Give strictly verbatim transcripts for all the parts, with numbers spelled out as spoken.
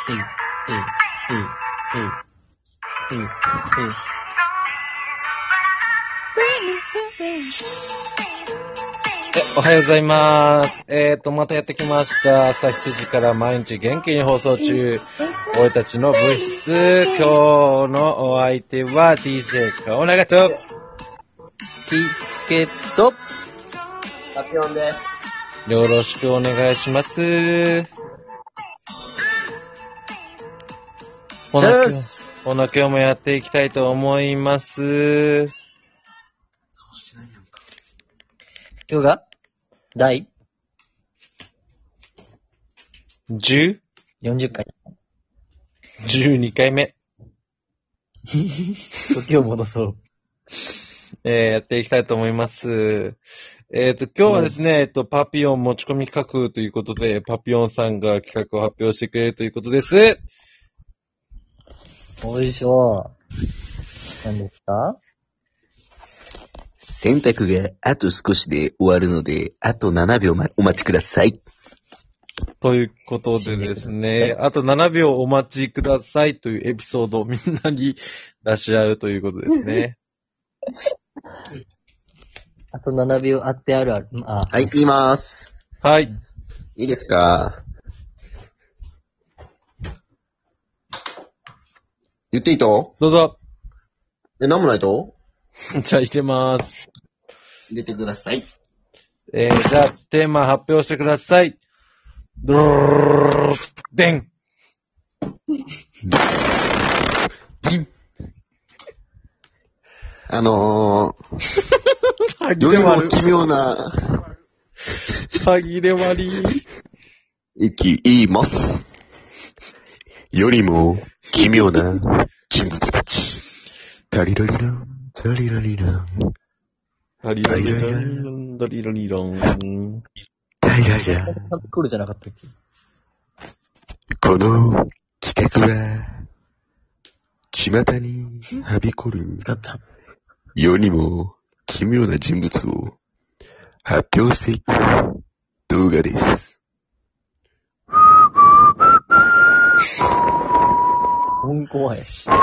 えい、えい、えい、えい、えい、えい。 え、おはようございます。えーと、またやってきました。朝しちじから毎日元気に放送中。俺たちの部室。今日のお相手は ディージェー 顔長と、キースケと、 パピオンです。 よろしくお願いします。ほな、今日、ほな、今日もやっていきたいと思います。 そうしてないやんか。 今日が、第じゅう? よんじゅっかい。 じゅうにかいめ。 時を戻そう。 えー、やっていきたいと思います。えっ、と、今日はですね、えっと、パピオン持ち込み企画ということで、パピオンさんが企画を発表してくれるということです。 おいしょ。何ですか？ 洗濯があと少しで終わるので、あとななびょう、ま、お待ちください。 ということでですね、あとななびょうお待ちくださいというエピソードをみんなに出し合うということですね。 あとななびょうあってあるある。あ、 はい、言います。 はい。 いいですか？言っていいと？ どうぞ。 え、なんもないと？ じゃあ入れます。 入れてください。 えー、じゃあテーマ発表してください。ドーでん。 あのー、 歯切れよりも悪奇妙な、 歯切れ悪い。 いき、言います。よりも奇妙な人物たち。タリラリラン、タリラリラン、 ハリラリラン、ドリラリラン。 タリラリラン。 タックルじゃなかったっけ？ この企画は、巷にはびこる使った。 世にも奇妙な人物を発表していく動画です。 本怖いし。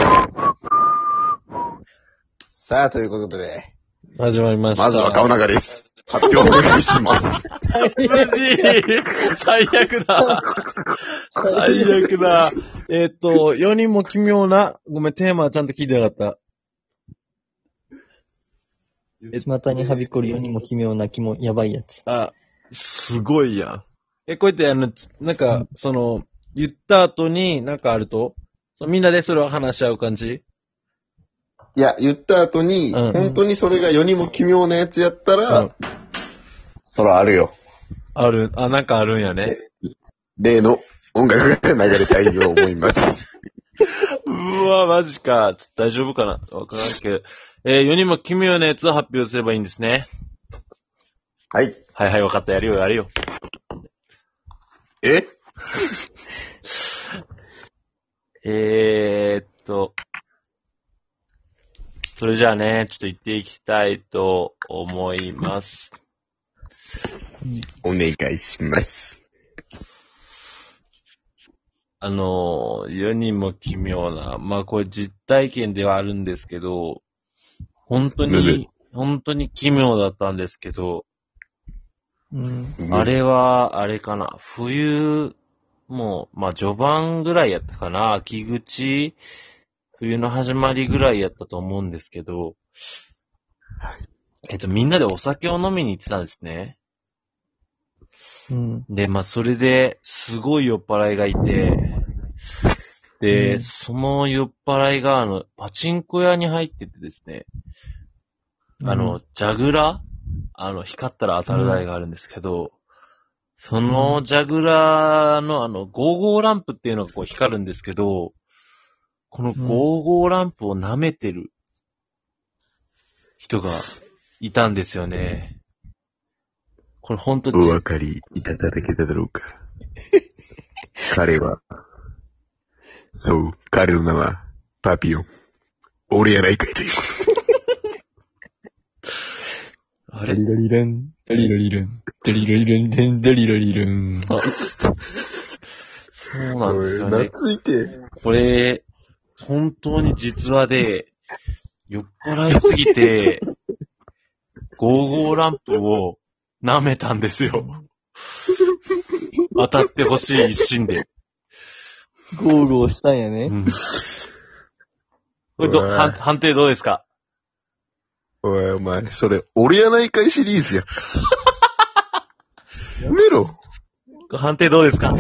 さあ、ということで、 始まりました。 まずは顔長です。発表お願いします。 苦しい。最悪だ。最悪だ。えっと、世にも奇妙な、ごめん、テーマはちゃんと聞いてなかった。 巷にはびこるようにも奇妙な気もやばいやつ。 あ、すごいやん。え、こうやってあの、なんか、その、言った後になんかあると、そみんなでそれを話し合う感じ？ いや、言った後に、 うん本当にそれが世にも奇妙なやつやったら、 うんそらあるよ。 ある、あ、なんかあるんやね。 例の音楽が流れたいと思います。 うわ、マジか。ちょっと大丈夫かなわからんけど。えー、世にも奇妙なやつを発表すればいいんですね。 はい。 はいはい、わかった。やるよ、やるよ。 ええーっと、それじゃあね、ちょっと言っていきたいと思います。 お願いします。 あの、世にも奇妙な、まあこれ実体験ではあるんですけど、本当なんでに、本当に奇妙だったんですけど、 うん。 あれは、あれかな、冬、もう、まあ序盤ぐらいやったかな、秋口、冬の始まりぐらいやったと思うんですけど、えっと、みんなでお酒を飲みに行ってたんですね。 うん。 で、まあ、それで、すごい酔っ払いがいて、で、 うんその酔っ払いが、あの、パチンコ屋に入っててですね、あの、ジャグラーあの、光ったら当たる台があるんですけど、そのジャグラーのあの、ゴーゴーランプっていうのがこう光るんですけど、このゴーゴーランプを舐めてる人がいたんですよね。これほんとお分かりいただけただろうか。彼は、そう、彼の名は、パピオン。俺やないかいということ。 あれダリラリラン、ダリラリラン、ダリラリラン、ダリラリラン。 そうなんですよおいね。 懐いて。 これ、本当に実話で、酔っ払いすぎて、ゴーゴーランプを舐めたんですよ。当たってほしい一心で。 ゴーゴーしたんやね。 うん、これど、 うわ判判定どうですか？ おい、お前、それ、俺やないかいシリーズや。やめろ。 判定どうですか？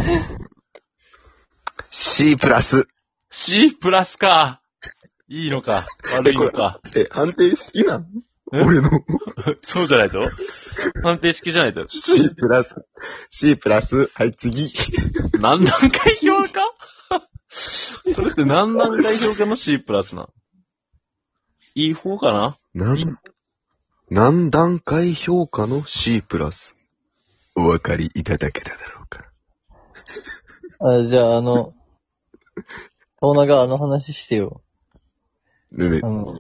C プラス。 C プラスか。いいのか、悪いのか。 え、判定式なんえ俺の。 そうじゃないと判定式じゃないと。 C プラス。C プラス。はい、次。 何段階評価それって何段階評価の C プラスな。いい方かな？ 何、何段階評価の C プラス。お分かりいただけただろうか。 あ、じゃあ、あの、大長あの話してよ。 ねねあ、の、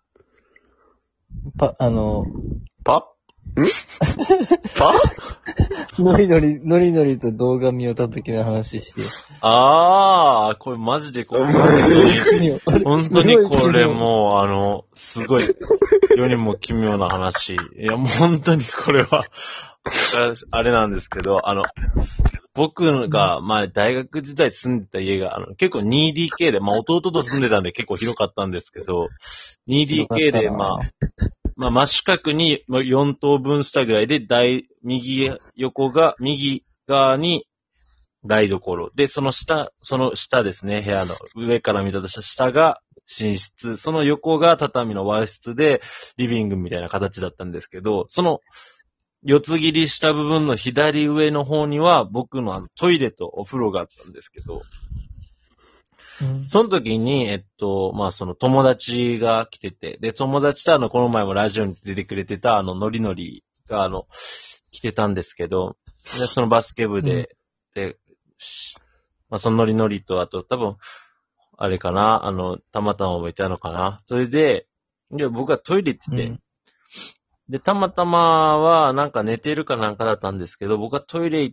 パ、あの、 パんパノリノリ、ノリノリと動画見よった時の話してよ。 あー、これマジでこう、本当にこれもう、あの、すごい、世にも奇妙な話。いや、もう本当にこれは、あれなんですけど、あの、僕が、まあ、大学時代住んでた家が、あの、結構 ツーディーケー で、まあ、弟と住んでたんで結構広かったんですけど、ツーディーケー で、まあ、まあ、真四角によん等分したぐらいで、大、右横が、右側に台所。で、その下、その下ですね、部屋の上から見たとした下が寝室。その横が畳の和室で、リビングみたいな形だったんですけど、その、四つ切りした部分の左上の方には、僕のあのトイレとお風呂があったんですけど、 うんその時に、えっと、まあ、その友達が来てて、で、友達とあの、この前もラジオに出てくれてた、あの、ノリノリが、あの、来てたんですけど、で、そのバスケ部で、で、しまあ、そのノリノリと、あと、多分、あれかな、あの、たまたまもいたのかな。それで、で、僕はトイレ行ってて、 うんで、たまたまは、なんか寝てるかなんかだったんですけど、僕はトイレ行って、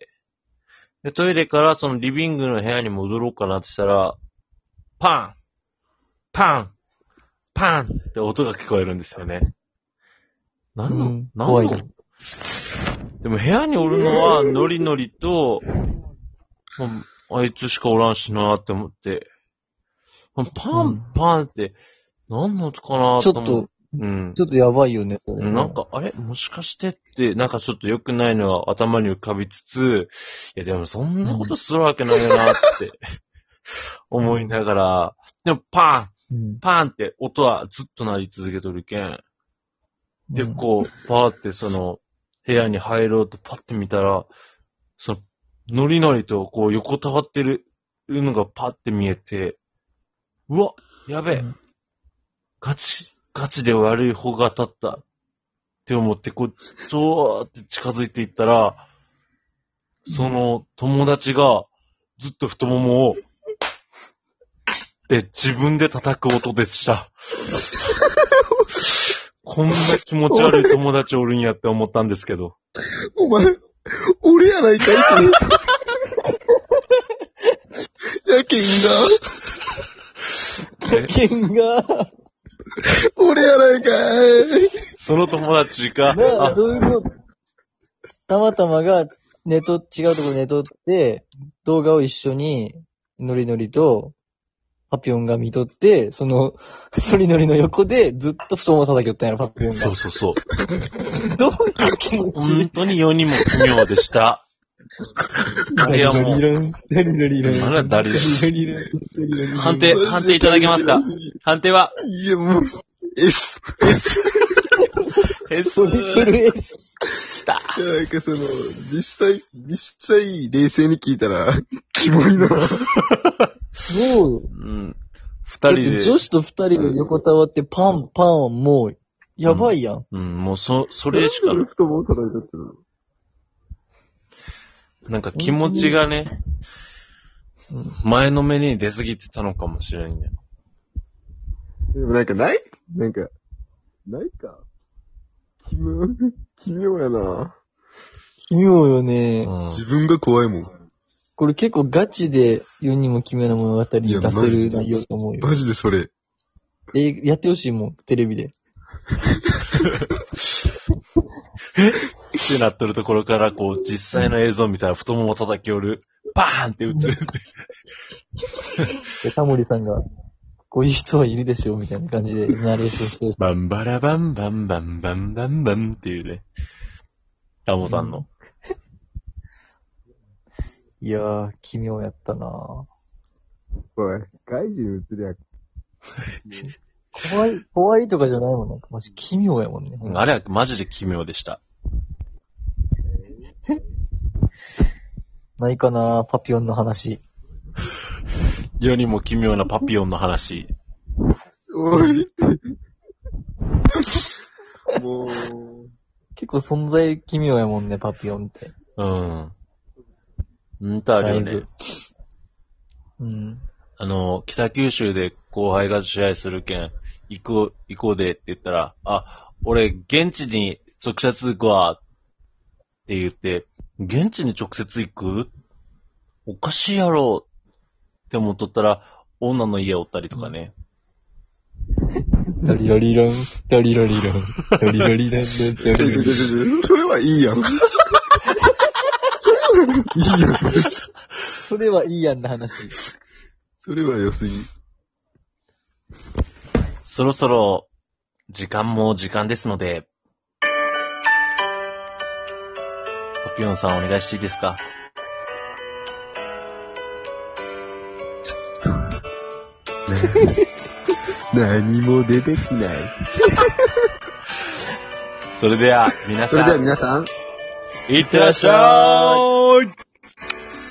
で、トイレからそのリビングの部屋に戻ろうかなってしたら、パンパンパンって音が聞こえるんですよね。何の、 うん何の怖いよ。 でも部屋におるのはノリノリと、もうあいつしかおらんしなって思って、パンうんパンって何の音かなちょっとと思って、うん。 ちょっとやばいよね、これ。 なんか、あれもしかしてって、なんかちょっと良くないのは頭に浮かびつつ、いやでもそんなことするわけないよなって思いながら、でもパンうん、 パンって音はずっと鳴り続けとるけん。で、 うんこう、パーってその、部屋に入ろうとパッて見たら、その、ノリノリとこう横たわってるのがパッて見えて、うわ、やべえ、 うんガチ、ガチで悪い方が当たったって思って、こう、ドーって近づいていったら、その友達がずっと太ももを、で自分で叩く音でした。こんな気持ち悪い友達おるんやって思ったんですけど。 お前、俺やないかいそれ。やけんが、 え剣が、 俺やないかい。 その友達が、 なあ、 あ、 どういうことたまたまが寝と、違うところ寝とって、動画を一緒に、ノリノリと、パピョンが見とって、その、ノリノリの横でずっと太もも叩きよったんやろ、パピョンが。 そうそうそう。 どういう気持ち本当に世にも奇妙でした。あれはもう、 ノリノリロンあれは誰ノリノリロンノリノリロン判定、判定いただけますか？判定は、 いや、もう、S。S。 ヘストリプル S。 だ。 いや、なんかその、実際、実際、冷静に聞いたら、キモいな。 もう、 うん。二だっ人で、 て女子と二人が横たわってパンパンはもう、やばいやん。 うん、もうそ、それしかない。 太もも叩いたっての。 なんか気持ちがね、 うん前のめりに出過ぎてたのかもしれんね。 でもなんかないなんか、ないか。奇妙、奇妙やな。 奇妙よね。 うん。 自分が怖いもん。 これ結構ガチで世にも奇妙な物語に出せる内容と思うよ。 マジでそれ。 え、やってほしいもん、テレビで。 ってなっとるところから、こう、実際の映像見たら太もも叩きおる。バーンって映るって。 で、タモリさんが、こういう人はいるでしょうみたいな感じでナレーションしてる。 バンバラバンバンバンバンバンバンっていうね。タモさんの。 いやー、奇妙やったなぁ。 おい、怪獣映るやん。 怖い、怖いとかじゃないもんね。マジ奇妙やもんね。 あれはマジで奇妙でした。 ないかなぁ、パピヨンの話。 世にも奇妙なパピヨンの話。 おい。もう。 結構存在奇妙やもんね、パピヨンって。 うん。うんとあるよね。 うん。 あの、北九州で後輩が試合するけん、行こう、行こうでって言ったら、あ、俺、現地に直接行くわ、って言って、現地に直接行く？おかしいやろ、って思っとったら、女の家おったりとかね。 ドリロリロン、ドリロリロン、ドリロリロン、ドリロリロン。 それはいいやん。それはいいやん。 それはいいやんな話。 それは良すぎ。 そろそろ、時間も時間ですので、パピヨンさんお願いしていいですか？ ちょっと。何も出てきない。 それでは、皆さん。 それでは皆さん。 いってらっしゃーい。